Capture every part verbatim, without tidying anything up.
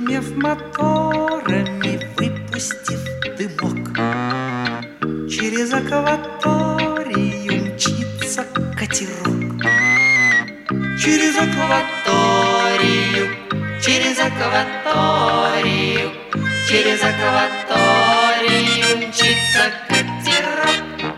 Зашумев моторами, выпустив дымок, через акваторию мчится катерок. Через акваторию, через акваторию, через акваторию мчится катерок.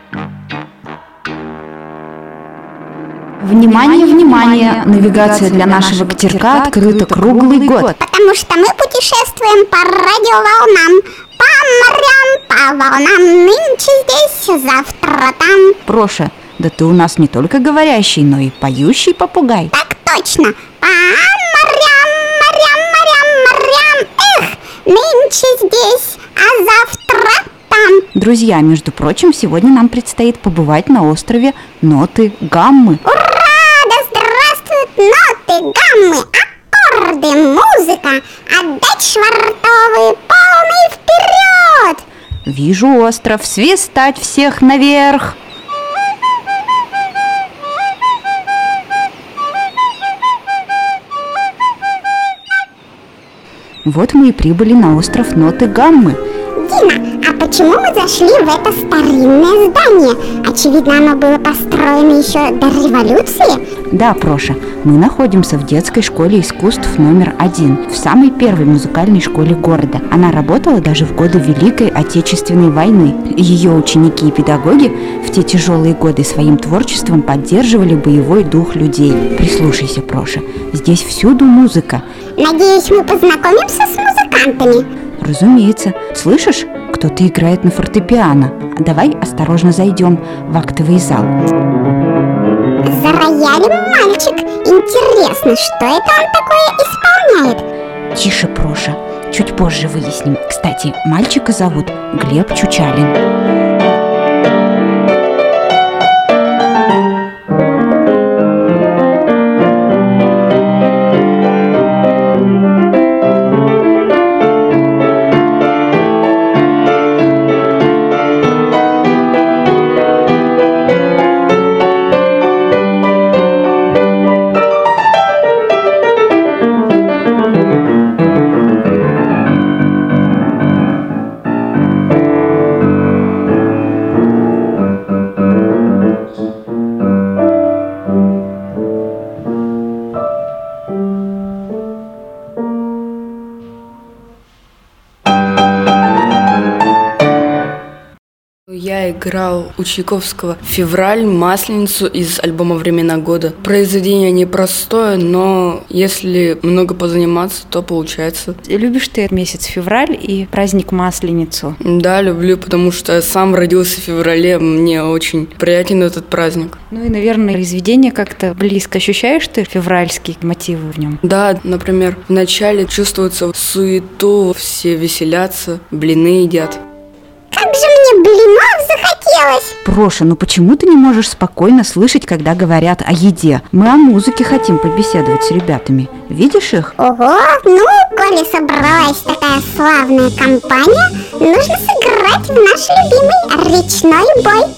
Внимание, внимание! Навигация для нашего катерка открыта круглый год. Потому что мы путешествуем по радиоволнам, по морям, по волнам. Нынче здесь, завтра там. Проша, да ты у нас не только говорящий, но и поющий попугай. Так точно. По морям, морям, морям, морям. Эх, нынче здесь, а завтра там. Друзья, между прочим, сегодня нам предстоит побывать на острове Ноты Гаммы. Ура! Да здравствуют ноты гаммы, аккорды, музыка. Отдать швартовые, полный вперед! Вижу остров, свистать всех наверх. Вот мы и прибыли на остров Ноты Гаммы. Дима, а почему мы зашли в это старинное здание? Очевидно, оно было построено еще до революции. Да, Проша, мы находимся в детской школе искусств номер один, в самой первой музыкальной школе города. Она работала даже в годы Великой Отечественной войны. Ее ученики и педагоги в те тяжелые годы своим творчеством поддерживали боевой дух людей. Прислушайся, Проша, здесь всюду музыка. Надеюсь, мы познакомимся с музыкантами. Разумеется. Слышишь, кто-то играет на фортепиано. Давай осторожно зайдем в актовый зал. За роялем мальчик. Интересно, что это он такое исполняет? Тише, Проша. Чуть позже выясним. Кстати, мальчика зовут Глеб Чучалин. Я играл у Чайковского «Февраль», «Масленицу» из альбома «Времена года». Произведение непростое, но если много позаниматься, то получается. Любишь ты месяц февраль и праздник Масленицу? Да, люблю, потому что я сам родился в феврале, мне очень приятен этот праздник. Ну и, наверное, произведение как-то близко. Ощущаешь ты февральские мотивы в нем? Да, например, в начале чувствуется суету, все веселятся, блины едят. Как же мне блинов захотелось! Проша, ну почему ты не можешь спокойно слышать, когда говорят о еде? Мы о музыке хотим побеседовать с ребятами. Видишь их? Ого, ну, коли собралась такая славная компания, нужно сыграть в наш любимый речной бой.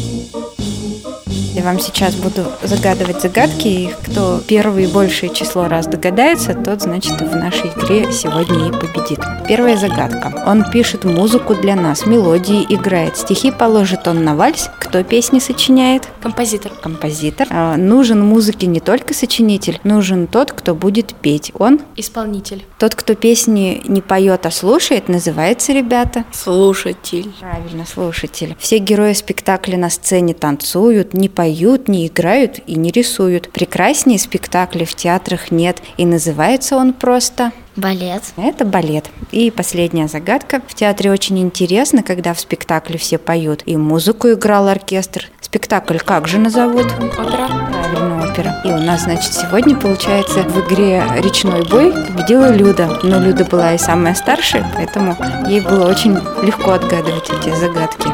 Я вам сейчас буду загадывать загадки, и кто первый большее число раз догадается, тот, значит, в нашей игре сегодня и победит. Первая загадка. Он пишет музыку для нас, мелодии играет, стихи положит он на вальс. Кто песни сочиняет? Композитор. Композитор. А, нужен музыке не только сочинитель, нужен тот, кто будет петь. Он? Исполнитель. Тот, кто песни не поет, а слушает, называется, ребята? Слушатель. Правильно, слушатель. Все герои спектакля на сцене танцуют, не поют, не играют и не рисуют. Прекраснее спектакля в театрах нет, и называется он просто... Балет. Это балет. И последняя загадка. В театре очень интересно, когда в спектакле все поют. И музыку играл оркестр. Спектакль как же назовут? Опера. Правильно, опера. И у нас, значит, сегодня, получается, в игре «Речной бой» победила Люда. Но Люда была и самая старшая, поэтому ей было очень легко отгадывать эти загадки.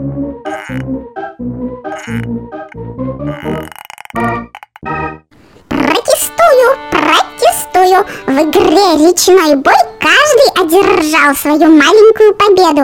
Протестую, протестую. В игре «Речной бой» каждый одержал свою маленькую победу.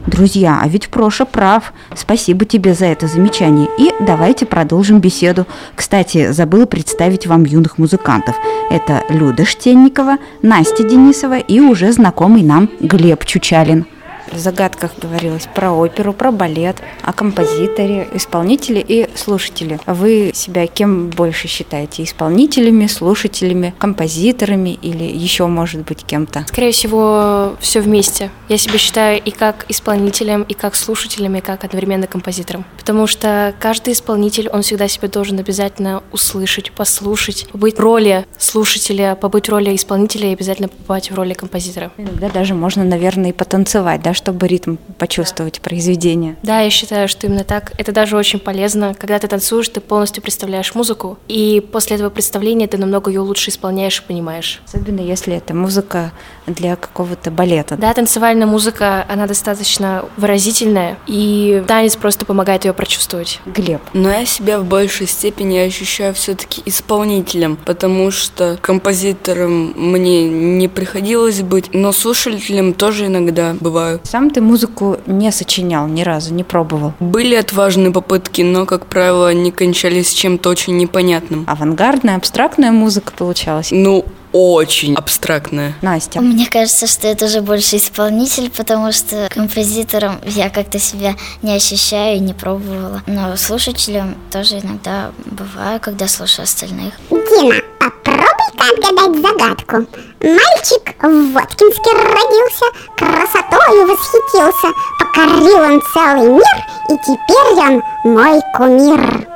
Друзья, а ведь Проша прав. Спасибо тебе за это замечание. И давайте продолжим беседу. Кстати, забыла представить вам юных музыкантов. Это Люда Штенникова, Настя Денисова и уже знакомый нам Глеб Чучалин. В загадках говорилось про оперу, про балет, о композиторе, исполнителе и слушателе. Вы себя кем больше считаете? Исполнителями, слушателями, композиторами или еще, может быть, кем-то? Скорее всего, все вместе. Я себя считаю и как исполнителем, и как слушателем, и как одновременно композитором. Потому что каждый исполнитель, он всегда себя должен обязательно услышать, послушать, побыть в роли слушателя, побыть в роли исполнителя и обязательно побывать в роли композитора. Иногда даже можно, наверное, и потанцевать, да, чтобы ритм почувствовать произведение. Да, я считаю, что именно так. Это даже очень полезно. Когда ты танцуешь, ты полностью представляешь музыку, и после этого представления ты намного ее лучше исполняешь и понимаешь. Особенно если это музыка для какого-то балета. Да, танцевальная музыка, она достаточно выразительная, и танец просто помогает ее прочувствовать. Глеб. Но я себя в большей степени ощущаю все-таки исполнителем, потому что композитором мне не приходилось быть, но слушателем тоже иногда бываю. Сам ты музыку не сочинял ни разу, не пробовал? Были отважные попытки, но, как правило, они кончались чем-то очень непонятным. Авангардная, абстрактная музыка получалась? Ну, очень абстрактная. Настя. Мне кажется, что это уже больше исполнитель, потому что композитором я как-то себя не ощущаю и не пробовала. Но слушателем тоже иногда бываю, когда слушаю остальных. Дина, попробуй-ка отгадать загадку. Мальчик в Воткинске родился, красотою восхитился, покорил он целый мир, и теперь он мой кумир.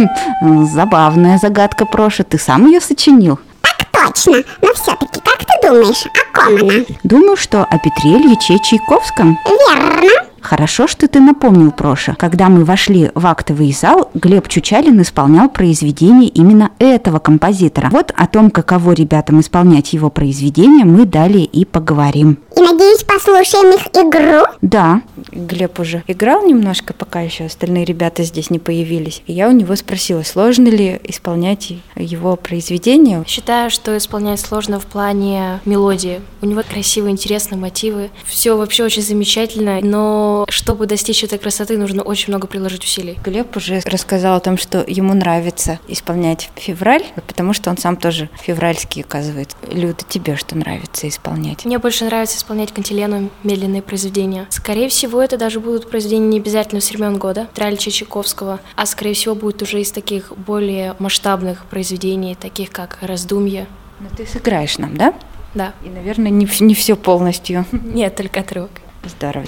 Забавная загадка, Проша. Ты сам ее сочинил? Точно, но все-таки, как ты думаешь, о ком она? Думаю, что о Петре Ильиче Чайковском. Верно. Хорошо, что ты напомнил, Проша. Когда мы вошли в актовый зал, Глеб Чучалин исполнял произведение именно этого композитора. Вот о том, каково ребятам исполнять его произведение, мы далее и поговорим. И, надеюсь, послушаем их игру? Да. Глеб уже играл немножко, пока еще остальные ребята здесь не появились. И я у него спросила, сложно ли исполнять его произведение. Считаю, что исполнять сложно в плане мелодии. У него красивые, интересные мотивы. Все вообще очень замечательно, но чтобы достичь этой красоты, нужно очень много приложить усилий. Глеб уже рассказал о том, что ему нравится исполнять февраль, потому что он сам тоже февральский, оказывается. Люда, тебе что нравится исполнять? Мне больше нравится исполнять кантилену, медленные произведения. Скорее всего, это даже будут произведения не обязательно с времен года, Петра Ильича Чайковского, а скорее всего будет уже из таких более масштабных произведений, таких как «Раздумье». Ну, ты сыграешь нам, да? Да. И, наверное, не, не все полностью. Нет, только отрывок. Здорово.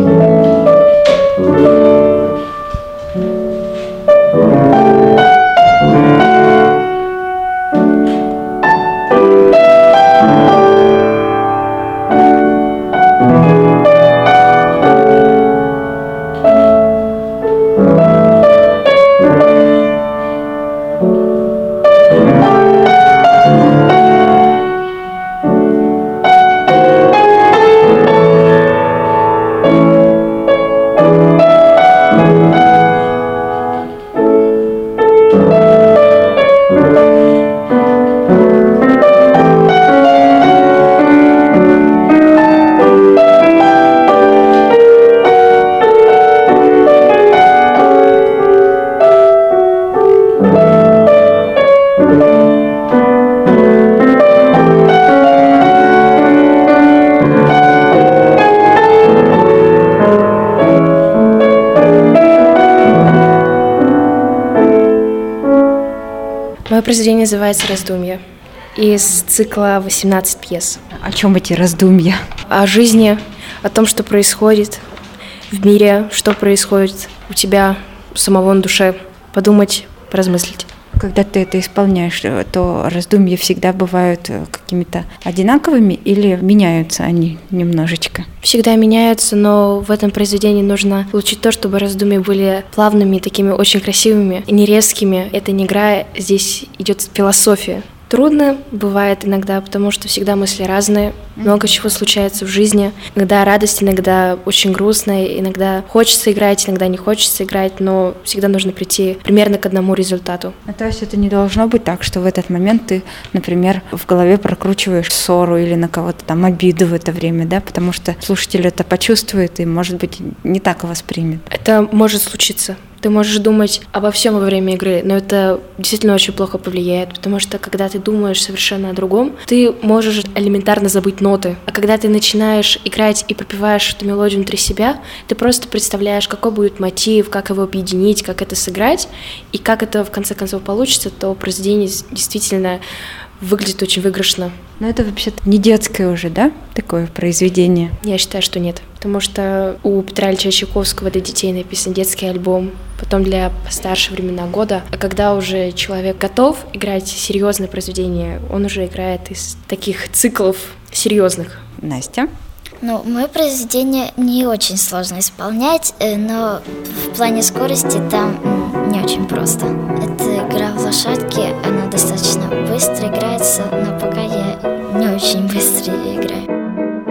Мое произведение называется «Раздумье» из цикла восемнадцать пьес. О чем эти раздумья? О жизни, о том, что происходит в мире, что происходит у тебя самого на душе. Подумать, поразмыслить. Когда ты это исполняешь, то раздумья всегда бывают какими-то одинаковыми или меняются они немножечко? Всегда меняются, но в этом произведении нужно получить то, чтобы раздумья были плавными, такими очень красивыми, не резкими. Это не игра, здесь идет философия. Трудно бывает иногда, потому что всегда мысли разные, много чего случается в жизни. Иногда радость, иногда очень грустно, иногда хочется играть, иногда не хочется играть, но всегда нужно прийти примерно к одному результату. Ну, то есть это не должно быть так, что в этот момент ты, например, в голове прокручиваешь ссору или на кого-то там обиду в это время, да, потому что слушатель это почувствует и, может быть, не так воспримет. Это может случиться. Ты можешь думать обо всем во время игры, но это действительно очень плохо повлияет, потому что когда ты думаешь совершенно о другом, ты можешь элементарно забыть ноты. А когда ты начинаешь играть и пропеваешь эту мелодию внутри себя, ты просто представляешь, какой будет мотив, как его объединить, как это сыграть, и как это в конце концов получится, то произведение действительно выглядит очень выигрышно. Но это вообще-то не детское уже, да, такое произведение? Я считаю, что нет, потому что у Петра Ильича Чайковского для детей написан детский альбом, потом для постарше времена года. А когда уже человек готов играть серьезное произведение, он уже играет из таких циклов серьезных. Настя? Ну, мое произведение не очень сложно исполнять, но в плане скорости там не очень просто. Это игра в лошадки, она достаточно быстро играется, но пока я не очень быстро ее играю.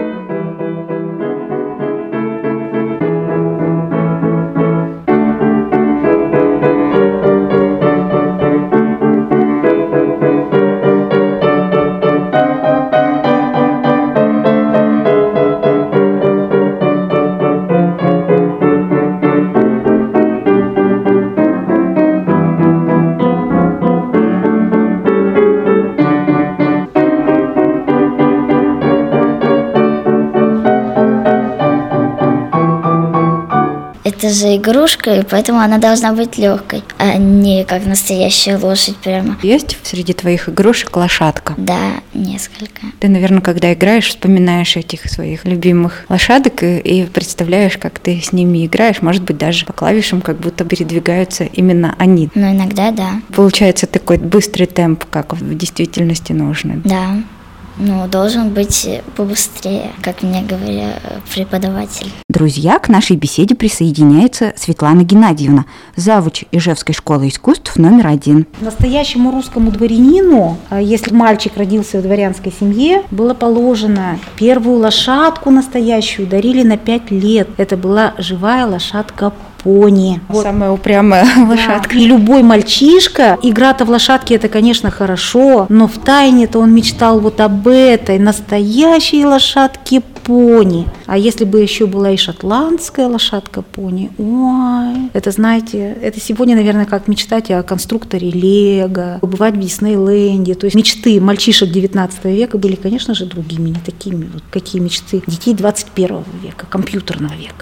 Это же игрушка, и поэтому она должна быть легкой, а не как настоящая лошадь прямо. Есть среди твоих игрушек лошадка? Да, несколько. Ты, наверное, когда играешь, вспоминаешь этих своих любимых лошадок и, и представляешь, как ты с ними играешь. Может быть, даже по клавишам как будто передвигаются именно они. Ну, иногда да. Получается такой быстрый темп, как в действительности нужно. Да. Ну, должен быть побыстрее, как мне говорил преподаватель. Друзья, к нашей беседе присоединяется Светлана Геннадьевна, завуч Ижевской школы искусств номер один. Настоящему русскому дворянину, если мальчик родился в дворянской семье, было положено первую лошадку настоящую дарили на пять лет. Это была живая лошадка пони. Вот. Самая упрямая лошадка. Да. И любой мальчишка, игра-то в лошадке это, конечно, хорошо, но в тайне-то он мечтал вот об этой настоящей лошадке пони. А если бы еще была и шотландская лошадка пони, ой, это, знаете, это сегодня, наверное, как мечтать о конструкторе Лего, побывать в Диснейленде. То есть мечты мальчишек девятнадцатого века были, конечно же, другими, не такими, вот какие мечты детей двадцать первого века, компьютерного века.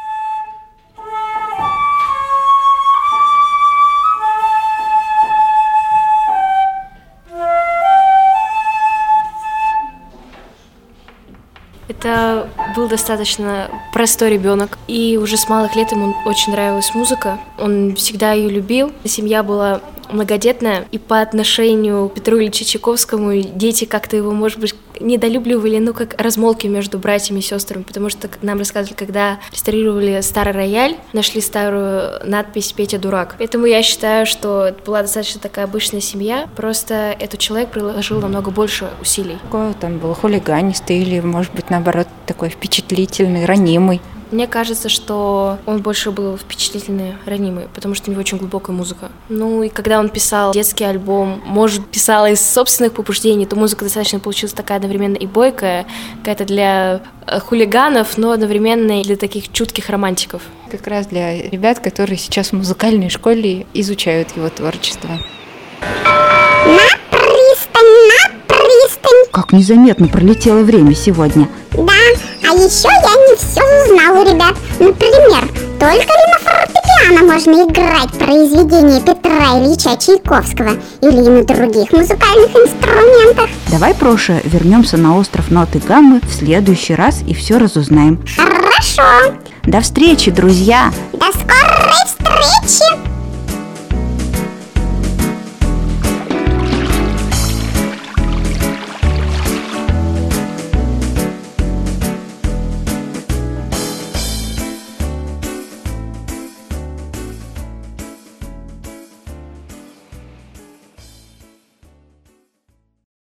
Это был достаточно простой ребенок, и уже с малых лет ему очень нравилась музыка. Он всегда ее любил. Семья была многодетная, и по отношению к Петру Ильичу Чайковскому дети как-то его, может быть, недолюбливали, ну, как размолвки между братьями и сестрами, потому что нам рассказывали, когда реставрировали старый рояль, нашли старую надпись «Петя дурак». Поэтому я считаю, что это была достаточно такая обычная семья, просто этот человек приложил намного больше усилий. Какой там был, хулиганистый или, может быть, наоборот, такой впечатлительный, ранимый? Мне кажется, что он больше был впечатлительный, ранимый, потому что у него очень глубокая музыка. Ну и когда он писал детский альбом, может, писал из собственных побуждений, то музыка достаточно получилась такая одновременно и бойкая, какая-то для хулиганов, но одновременно и для таких чутких романтиков. Как раз для ребят, которые сейчас в музыкальной школе изучают его творчество. На пристань, на пристань. Как незаметно пролетело время сегодня. Да, а еще я не все узнала, ребят. Например, только ли на фортепиано можно играть произведения Петра Ильича Чайковского или и на других музыкальных инструментах? Давай, Проша, вернемся на остров Ноты Гаммы в следующий раз и все разузнаем. Хорошо. До встречи, друзья! До скорой встречи!